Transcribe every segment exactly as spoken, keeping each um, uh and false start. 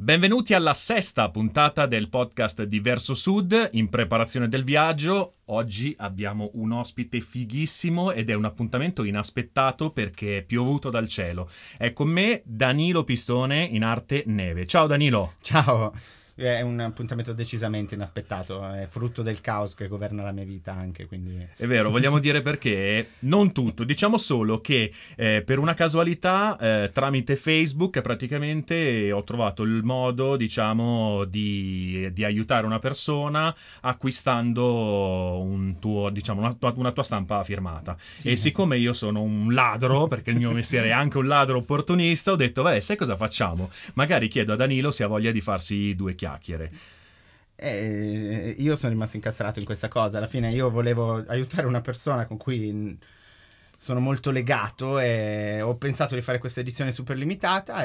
Benvenuti alla sesta puntata del podcast di Verso Sud, in preparazione del viaggio. Oggi abbiamo un ospite fighissimo ed è un appuntamento inaspettato perché è piovuto dal cielo. È con me Danilo Pistone, in arte Neve. Ciao Danilo! Ciao! È un appuntamento decisamente inaspettato, è frutto del caos che governa la mia vita anche, quindi... È vero, vogliamo dire perché? Non tutto, diciamo solo che eh, per una casualità eh, tramite Facebook praticamente ho trovato il modo, diciamo, di, di aiutare una persona acquistando un tuo, diciamo, una tua, una tua stampa firmata. Sì. E siccome io sono un ladro, perché il mio mestiere è anche un ladro opportunista, ho detto, beh, sai cosa facciamo? Magari chiedo a Danilo se ha voglia di farsi due chiacchiere. Eh, io sono rimasto incastrato in questa cosa. Alla fine io volevo aiutare una persona con cui sono molto legato e ho pensato di fare questa edizione super limitata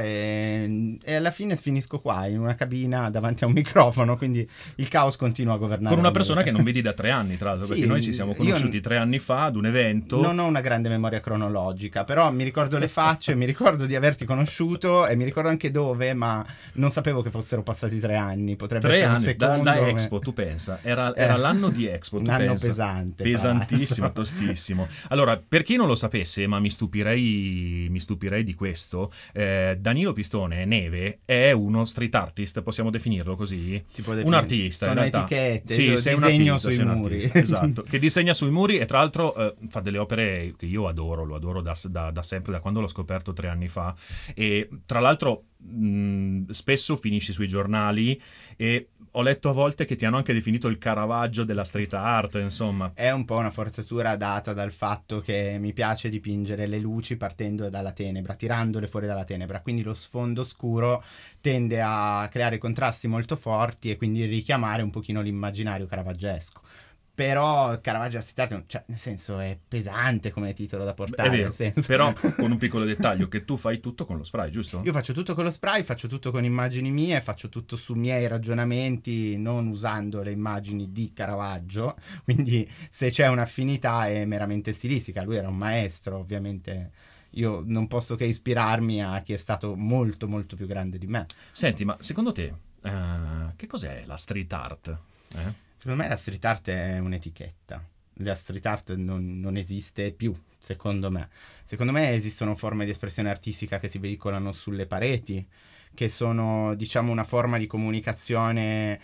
e, e alla fine finisco qua in una cabina davanti a un microfono, quindi il caos continua a governare. Con una persona che non vedi da tre anni, tra l'altro, sì, perché noi ci siamo conosciuti tre anni fa ad un evento. Non ho una grande memoria cronologica, però mi ricordo le facce, mi ricordo di averti conosciuto e mi ricordo anche dove, ma non sapevo che fossero passati tre anni. Potrebbe tre essere anni, un secondo. Da, da Expo, tu pensa. Era, era eh, l'anno di Expo, tu un anno pensa. pesante. Pesantissimo, tostissimo. Allora, per chi non lo sapesse, ma mi stupirei, mi stupirei di questo, eh, Danilo Pistone, Neve, è uno street artist, possiamo definirlo così? Un artista, sono in realtà. etichette, sì, io sei disegno un artista, sui sei un muri. Artista, esatto, che disegna sui muri e tra l'altro eh, fa delle opere che io adoro, lo adoro da, da, da sempre, da quando l'ho scoperto tre anni fa, e tra l'altro mh, spesso finisci sui giornali e ho letto a volte che ti hanno anche definito il Caravaggio della street art, insomma. È un po' una forzatura data dal fatto che mi piace dipingere le luci partendo dalla tenebra, tirandole fuori dalla tenebra, quindi lo sfondo scuro tende a creare contrasti molto forti e quindi richiamare un pochino l'immaginario caravaggesco. Però Caravaggio a street art, cioè, nel senso, è pesante come titolo da portare. È vero, nel senso. Però con un piccolo dettaglio, che tu fai tutto con lo spray, giusto? Io faccio tutto con lo spray, faccio tutto con immagini mie, faccio tutto su miei ragionamenti, non usando le immagini di Caravaggio, quindi se c'è un'affinità è meramente stilistica. Lui era un maestro, ovviamente io non posso che ispirarmi a chi è stato molto molto più grande di me. Senti, ma secondo te uh, che cos'è la street art? Eh? Secondo me la street art è un'etichetta. La street art non, non esiste più, secondo me. Secondo me esistono forme di espressione artistica che si veicolano sulle pareti, che sono, diciamo, una forma di comunicazione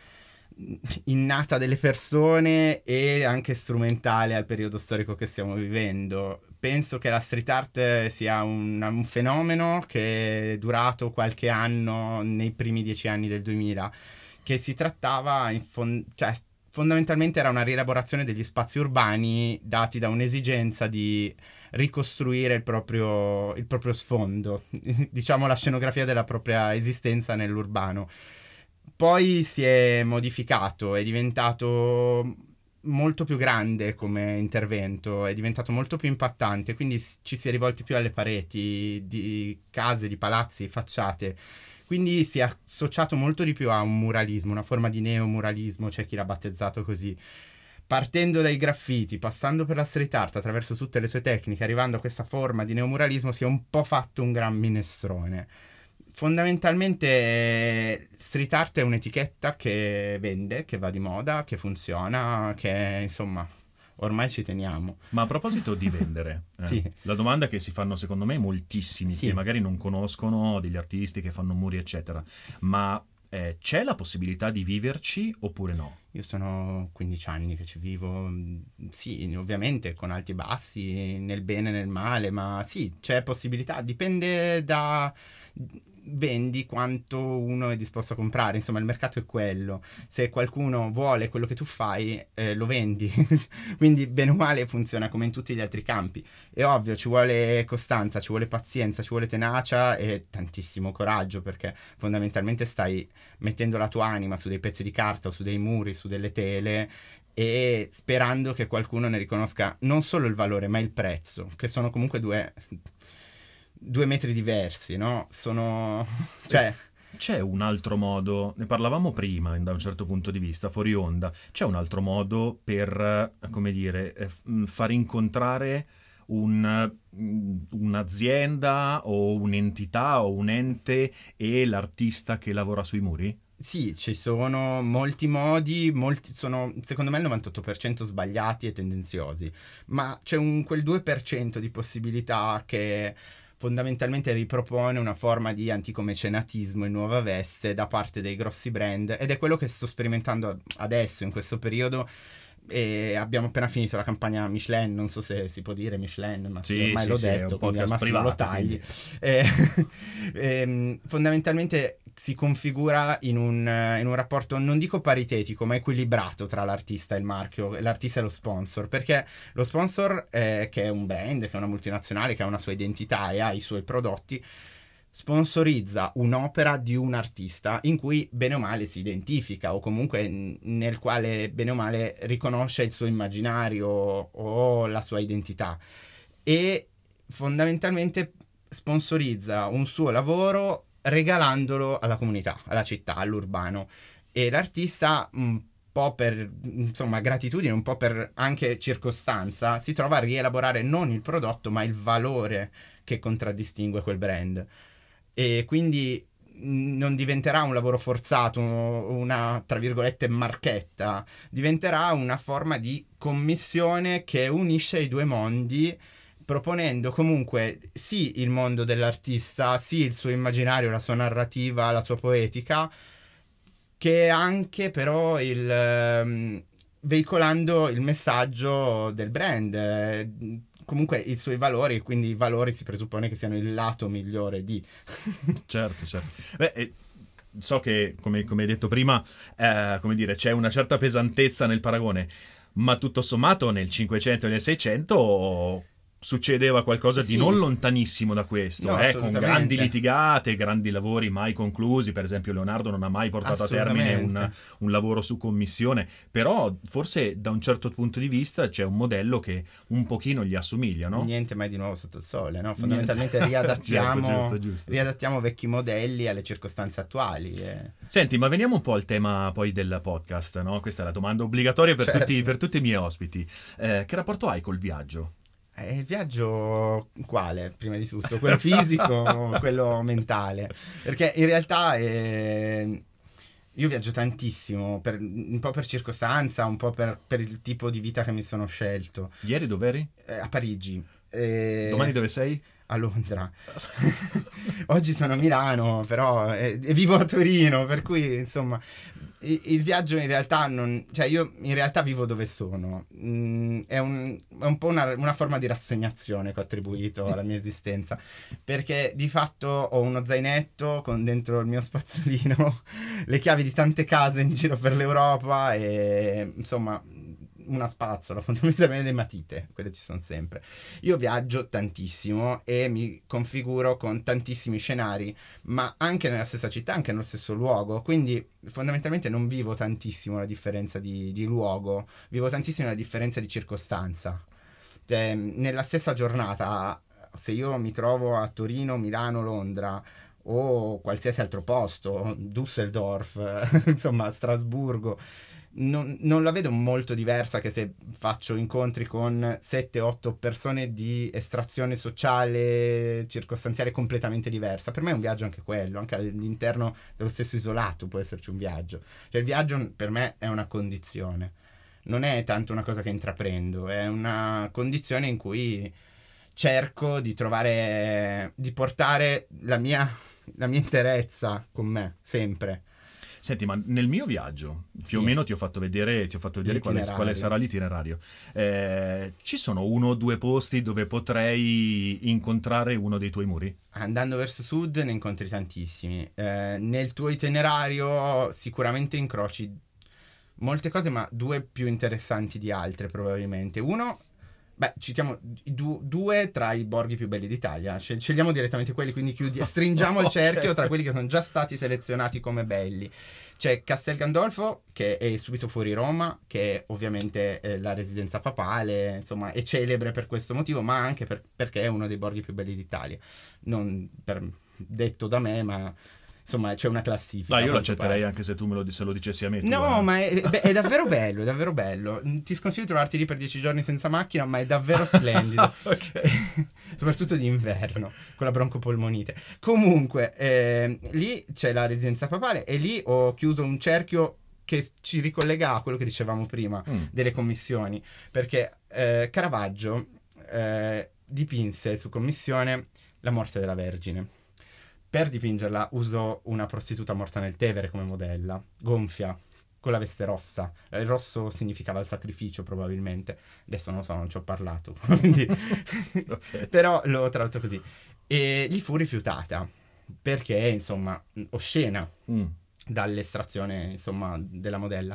innata delle persone e anche strumentale al periodo storico che stiamo vivendo. Penso che la street art sia un, un fenomeno che è durato qualche anno nei primi dieci anni del duemila, che si trattava, in fond- cioè fondamentalmente era una rielaborazione degli spazi urbani dati da un'esigenza di ricostruire il proprio, il proprio sfondo, diciamo la scenografia della propria esistenza nell'urbano. Poi si è modificato, è diventato molto più grande come intervento, è diventato molto più impattante, quindi ci si è rivolti più alle pareti di case, di palazzi, facciate. Quindi si è associato molto di più a un muralismo, una forma di neomuralismo, c'è chi l'ha battezzato così. Partendo dai graffiti, passando per la street art, attraverso tutte le sue tecniche, arrivando a questa forma di neomuralismo, si è un po' fatto un gran minestrone. Fondamentalmente street art è un'etichetta che vende, che va di moda, che funziona, che insomma... ormai ci teniamo. Ma a proposito di vendere, eh, sì. la domanda che si fanno secondo me moltissimi, sì. che magari non conoscono degli artisti che fanno muri eccetera, ma eh, c'è la possibilità di viverci oppure no? Io sono quindici anni che ci vivo, sì, ovviamente con alti e bassi, nel bene e nel male, ma sì, c'è possibilità, dipende da... vendi quanto uno è disposto a comprare, insomma il mercato è quello. Se qualcuno vuole quello che tu fai, eh, lo vendi. Quindi bene o male funziona come in tutti gli altri campi. È ovvio, ci vuole costanza, ci vuole pazienza, ci vuole tenacia e tantissimo coraggio, perché fondamentalmente stai mettendo la tua anima su dei pezzi di carta o su dei muri, su delle tele, e sperando che qualcuno ne riconosca non solo il valore ma il prezzo, che sono comunque due due metri diversi, no? Sono... cioè... C'è un altro modo, ne parlavamo prima da un certo punto di vista, fuori onda, c'è un altro modo per, come dire, far incontrare un, un'azienda o un'entità o un ente e l'artista che lavora sui muri? Sì, ci sono molti modi, molti sono secondo me il novantotto per cento sbagliati e tendenziosi, ma c'è un, quel due per cento di possibilità che fondamentalmente ripropone una forma di antico mecenatismo in nuova veste da parte dei grossi brand, ed è quello che sto sperimentando adesso in questo periodo. E abbiamo appena finito la campagna Michelin, non so se si può dire Michelin, ma sì, ormai sì, l'ho sì, detto, quindi al massimo privato, lo tagli. E, e, fondamentalmente si configura in un, in un rapporto, non dico paritetico, ma equilibrato tra l'artista e il marchio, l'artista e lo sponsor, perché lo sponsor, eh, che è un brand, che è una multinazionale, che ha una sua identità e ha i suoi prodotti, sponsorizza un'opera di un artista in cui bene o male si identifica, o comunque nel quale bene o male riconosce il suo immaginario o la sua identità, e fondamentalmente sponsorizza un suo lavoro regalandolo alla comunità, alla città, all'urbano, e l'artista un po' per insomma gratitudine, un po' per anche circostanza, si trova a rielaborare non il prodotto ma il valore che contraddistingue quel brand. E quindi non diventerà un lavoro forzato, una tra virgolette marchetta, diventerà una forma di commissione che unisce i due mondi, proponendo comunque sì il mondo dell'artista, sì il suo immaginario, la sua narrativa, la sua poetica, che anche però il um, veicolando il messaggio del brand, eh, comunque i suoi valori, quindi i valori si presuppone che siano il lato migliore di... Certo, certo. Beh, eh, so che, come, come hai detto prima, eh, come dire, c'è una certa pesantezza nel paragone, ma tutto sommato nel Cinquecento e nel Seicento succedeva qualcosa sì. di non lontanissimo da questo, no, eh, con grandi litigate, grandi lavori mai conclusi. Per esempio Leonardo non ha mai portato a termine un, un lavoro su commissione, però forse da un certo punto di vista c'è un modello che un pochino gli assomiglia, no? Niente mai di nuovo sotto il sole, no? Fondamentalmente Niente. riadattiamo, certo, giusto, giusto. riadattiamo vecchi modelli alle circostanze attuali. E... Senti, ma veniamo un po' al tema poi del podcast, no? Questa è la domanda obbligatoria per, certo. tutti, per tutti i miei ospiti. Eh, che rapporto hai col viaggio? Eh, il viaggio quale, prima di tutto? Quello fisico o quello mentale? Perché in realtà eh, io viaggio tantissimo, per, un po' per circostanza, un po' per, per il tipo di vita che mi sono scelto. Ieri dov'eri? Eh, a Parigi. Eh, Domani dove sei? A Londra. Oggi sono a Milano, però eh, vivo a Torino, per cui insomma il, il viaggio in realtà non, cioè io in realtà vivo dove sono. Mm, è, un, è un po' una, una forma di rassegnazione che ho attribuito alla mia esistenza, perché di fatto ho uno zainetto con dentro il mio spazzolino le chiavi di tante case in giro per l'Europa e insomma una spazzola, fondamentalmente le matite, quelle ci sono sempre. Io viaggio tantissimo e mi configuro con tantissimi scenari, ma anche nella stessa città, anche nello stesso luogo, quindi fondamentalmente non vivo tantissimo la differenza di, di luogo, vivo tantissimo la differenza di circostanza. Cioè, nella stessa giornata, se io mi trovo a Torino, Milano, Londra o qualsiasi altro posto, Düsseldorf, insomma Strasburgo, Non, non la vedo molto diversa che se faccio incontri con sette otto persone di estrazione sociale circostanziale completamente diversa. Per me è un viaggio anche quello, anche all'interno dello stesso isolato può esserci un viaggio. Cioè il viaggio per me è una condizione, non è tanto una cosa che intraprendo, è una condizione in cui cerco di trovare, di portare la mia, la mia interezza con me, sempre. Senti, ma nel mio viaggio, più sì. o meno ti ho fatto vedere, ti ho fatto vedere quale, quale sarà l'itinerario. Eh, ci sono uno o due posti dove potrei incontrare uno dei tuoi muri? Andando verso sud ne incontri tantissimi. Eh, nel tuo itinerario sicuramente incroci molte cose, ma due più interessanti di altre probabilmente. Uno... Beh, citiamo du- due tra i borghi più belli d'Italia. Scel- scegliamo direttamente quelli, quindi chiudi- stringiamo il okay. cerchio tra quelli che sono già stati selezionati come belli. C'è Castel Gandolfo, che è subito fuori Roma, che è ovviamente eh, la residenza papale, insomma, è celebre per questo motivo, ma anche per- perché è uno dei borghi più belli d'Italia. Non per- detto da me, ma insomma c'è una classifica. Dai, io a quanto l'accetterei pare. anche se tu me lo, se lo dicessi a me. Tu, No, eh. ma è, beh, è davvero bello, è davvero bello. Ti sconsiglio di trovarti lì per dieci giorni senza macchina, ma è davvero splendido. Ok. Soprattutto d'inverno, con la broncopolmonite. Comunque, eh, lì c'è la residenza papale e lì ho chiuso un cerchio che ci ricollega a quello che dicevamo prima Mm. delle commissioni, perché eh, Caravaggio eh, dipinse su commissione la morte della Vergine. Per dipingerla usò una prostituta morta nel Tevere come modella, gonfia, con la veste rossa. Il rosso significava il sacrificio probabilmente. Adesso non lo so, non ci ho parlato. Quindi... Ok. Però l'ho tradotto così. E gli fu rifiutata perché, insomma, oscena Mm. dall'estrazione, insomma, della modella.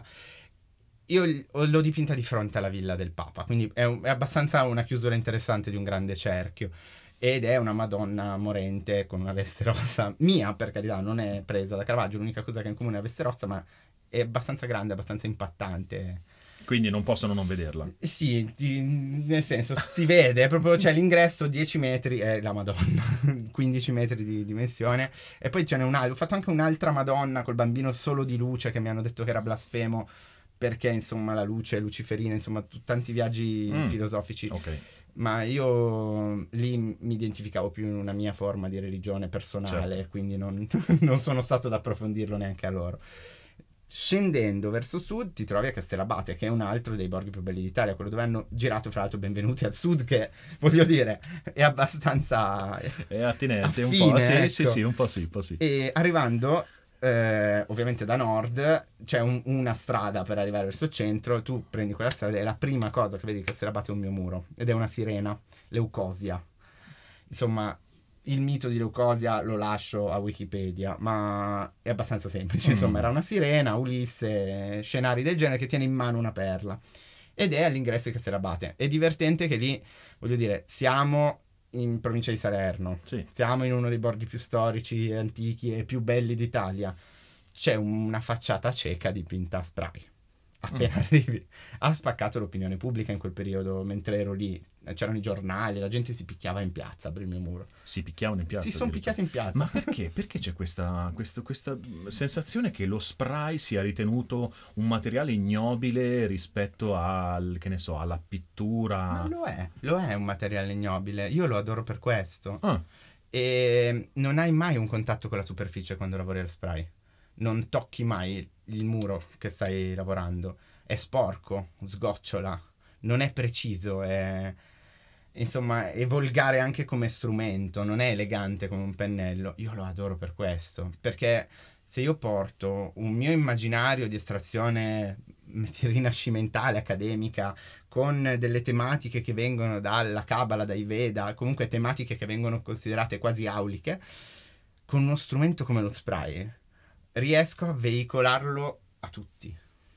Io l- l'ho dipinta di fronte alla villa del Papa, quindi è, un- è abbastanza una chiusura interessante di un grande cerchio. Ed è una Madonna morente con una veste rossa. Mia, per carità, non è presa da Caravaggio, l'unica cosa che ha in comune è la veste rossa, ma è abbastanza grande, abbastanza impattante. Quindi non possono non vederla. Sì, ti- nel senso, si vede, è proprio c'è l'ingresso, dieci metri, è la Madonna, quindici metri di dimensione. E poi ce n'è un'altra, ho fatto anche un'altra Madonna col bambino solo di luce, che mi hanno detto che era blasfemo, perché insomma la luce, luciferina, insomma t- tanti viaggi Mm. filosofici. Ok. Ma io lì mi identificavo più in una mia forma di religione personale, Certo. quindi non, non sono stato ad approfondirlo neanche a loro. Scendendo verso sud ti trovi a Castellabate, che è un altro dei borghi più belli d'Italia, quello dove hanno girato, fra l'altro, Benvenuti al Sud, che voglio dire è abbastanza È attinente un affine, po'. Sì, ecco. sì, sì, un po' sì, un po' sì. E arrivando eh, ovviamente da nord c'è un- una strada per arrivare verso il centro, tu prendi quella strada e la prima cosa che vedi di Castellabate è un mio muro ed è una sirena, Leucosia. Insomma, il mito di Leucosia lo lascio a Wikipedia, ma è abbastanza semplice. Mm. Insomma, era una sirena, Ulisse, scenari del genere, che tiene in mano una perla. Ed è all'ingresso di Castellabate. È divertente che lì, voglio dire, siamo in provincia di Salerno. Sì. Siamo in uno dei borghi più storici, antichi e più belli d'Italia. C'è una facciata cieca dipinta a spray. Appena Mm. arrivi, ha spaccato l'opinione pubblica in quel periodo, mentre ero lì. C'erano i giornali, la gente si picchiava in piazza per il mio muro. Si picchiavano in piazza. si sono addirittura. picchiati in piazza. Ma perché? Perché c'è questa, questo- questa sensazione che lo spray sia ritenuto un materiale ignobile rispetto al, che ne so, alla pittura? Ma lo è, lo è un materiale ignobile. Io lo adoro per questo. Ah, E non hai mai un contatto con la superficie quando lavori allo spray. Non tocchi mai il muro che stai lavorando. È sporco, sgocciola, non è preciso, è... Insomma, è volgare anche come strumento, non è elegante come un pennello. Io lo adoro per questo, perché se io porto un mio immaginario di estrazione rinascimentale, accademica, con delle tematiche che vengono dalla Cabala, dai Veda, comunque tematiche che vengono considerate quasi auliche, con uno strumento come lo spray, riesco a veicolarlo a tutti.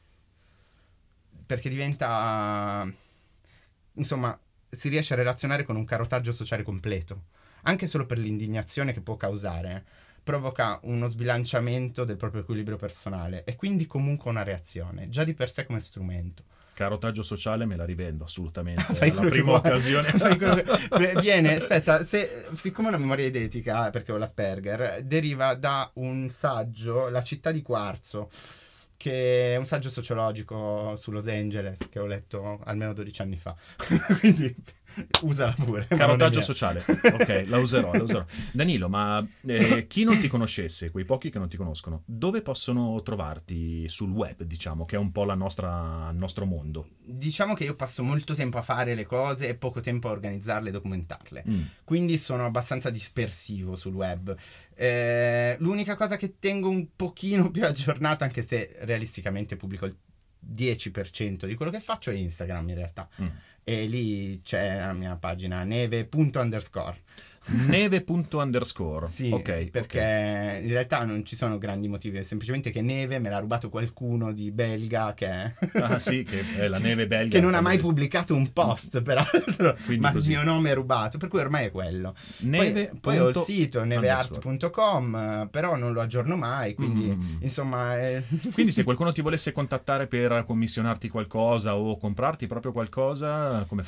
Perché diventa... Insomma, si riesce a relazionare con un carotaggio sociale completo, anche solo per l'indignazione che può causare, provoca uno sbilanciamento del proprio equilibrio personale e quindi comunque una reazione, già di per sé come strumento. carotaggio sociale me la rivendo assolutamente. Fai Alla quello che prima vuoi. occasione. Fai quello che- Viene, aspetta, se, siccome ho una memoria eidetica, perché ho l'Asperger, deriva da un saggio, La città di quarzo, che è un saggio sociologico su Los Angeles che ho letto almeno dodici anni fa. Quindi usala pure. ma non è Carotaggio mia. sociale, ok, la userò, la userò. Danilo, ma eh, chi non ti conoscesse, quei pochi che non ti conoscono, dove possono trovarti sul web, diciamo, che è un po' la nostra, il nostro mondo? Diciamo che io passo molto tempo a fare le cose e poco tempo a organizzarle e documentarle. Mm. Quindi sono abbastanza dispersivo sul web. Eh, l'unica cosa che tengo un pochino più aggiornata, anche se realisticamente pubblico il dieci per cento di quello che faccio, è Instagram in realtà. Mm. E lì c'è la mia pagina neve.underscore. Neve.underscore. Sì, ok, perché ok. in realtà non ci sono grandi motivi, è semplicemente che Neve me l'ha rubato qualcuno di belga che, Ah sì, che è la neve belga. che non ha mai famosissima. pubblicato un post, peraltro, Quindi ma così. il mio nome è rubato, per cui ormai è quello. Neve. Poi, poi ho il punto sito neveart punto com, però non lo aggiorno mai, quindi Mm. insomma... È... Quindi se qualcuno ti volesse contattare per commissionarti qualcosa o comprarti proprio qualcosa, come fa?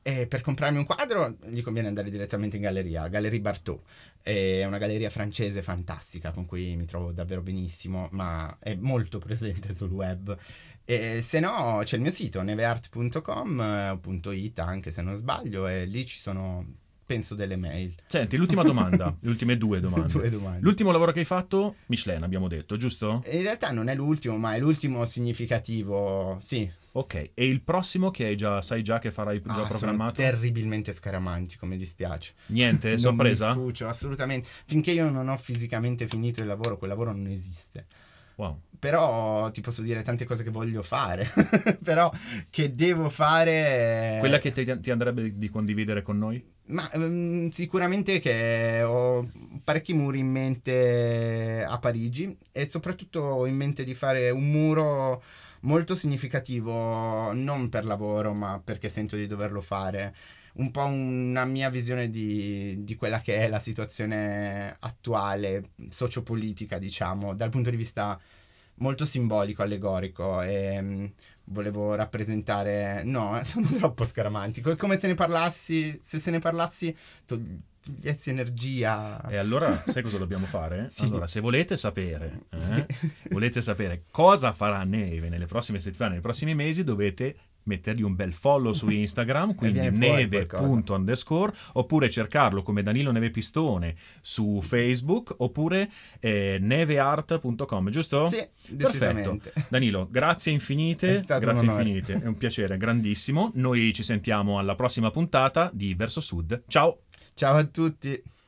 E per comprarmi un quadro gli conviene andare direttamente in galleria, Galerie Bartaux. È una galleria francese fantastica con cui mi trovo davvero benissimo, ma è molto presente sul web. E se no c'è il mio sito neveart punto com punto it anche se non sbaglio, e lì ci sono, penso, delle mail. Senti, l'ultima domanda, le ultime due domande. Due domande. L'ultimo lavoro che hai fatto, Michelin abbiamo detto, giusto? In realtà non è l'ultimo, ma è l'ultimo significativo, sì. Ok, e il prossimo che hai già, sai già che farai già Ah, programmato? sono terribilmente scaramantico, mi dispiace. Niente, Non sorpresa? mi scuccio, assolutamente. Finché io non ho fisicamente finito il lavoro, quel lavoro non esiste. Wow. Però ti posso dire tante cose che voglio fare, però che devo fare... Quella che ti, ti andrebbe di condividere con noi? Ma um, sicuramente che ho parecchi muri in mente a Parigi, e soprattutto ho in mente di fare un muro molto significativo, non per lavoro, ma perché sento di doverlo fare. Un po' una mia visione di, di quella che è la situazione attuale, sociopolitica, diciamo, dal punto di vista molto simbolico, allegorico, e um, volevo rappresentare... No, sono troppo scaramantico, è come se ne parlassi, se se ne parlassi togliessi energia. E allora sai cosa dobbiamo fare? Sì. Allora, se volete sapere, eh, Sì. volete sapere cosa farà Neve nelle prossime settimane, nei prossimi mesi, dovete mettergli un bel follow su Instagram, quindi viene fuori neve qualcosa. punto underscore, oppure cercarlo come Danilo Neve Pistone su Facebook, oppure eh, neveart punto com, giusto? Sì, Perfetto. decisamente. Danilo, grazie infinite, È stato grazie un onore. infinite, è un piacere grandissimo. Noi ci sentiamo alla prossima puntata di Verso Sud. Ciao! Ciao a tutti.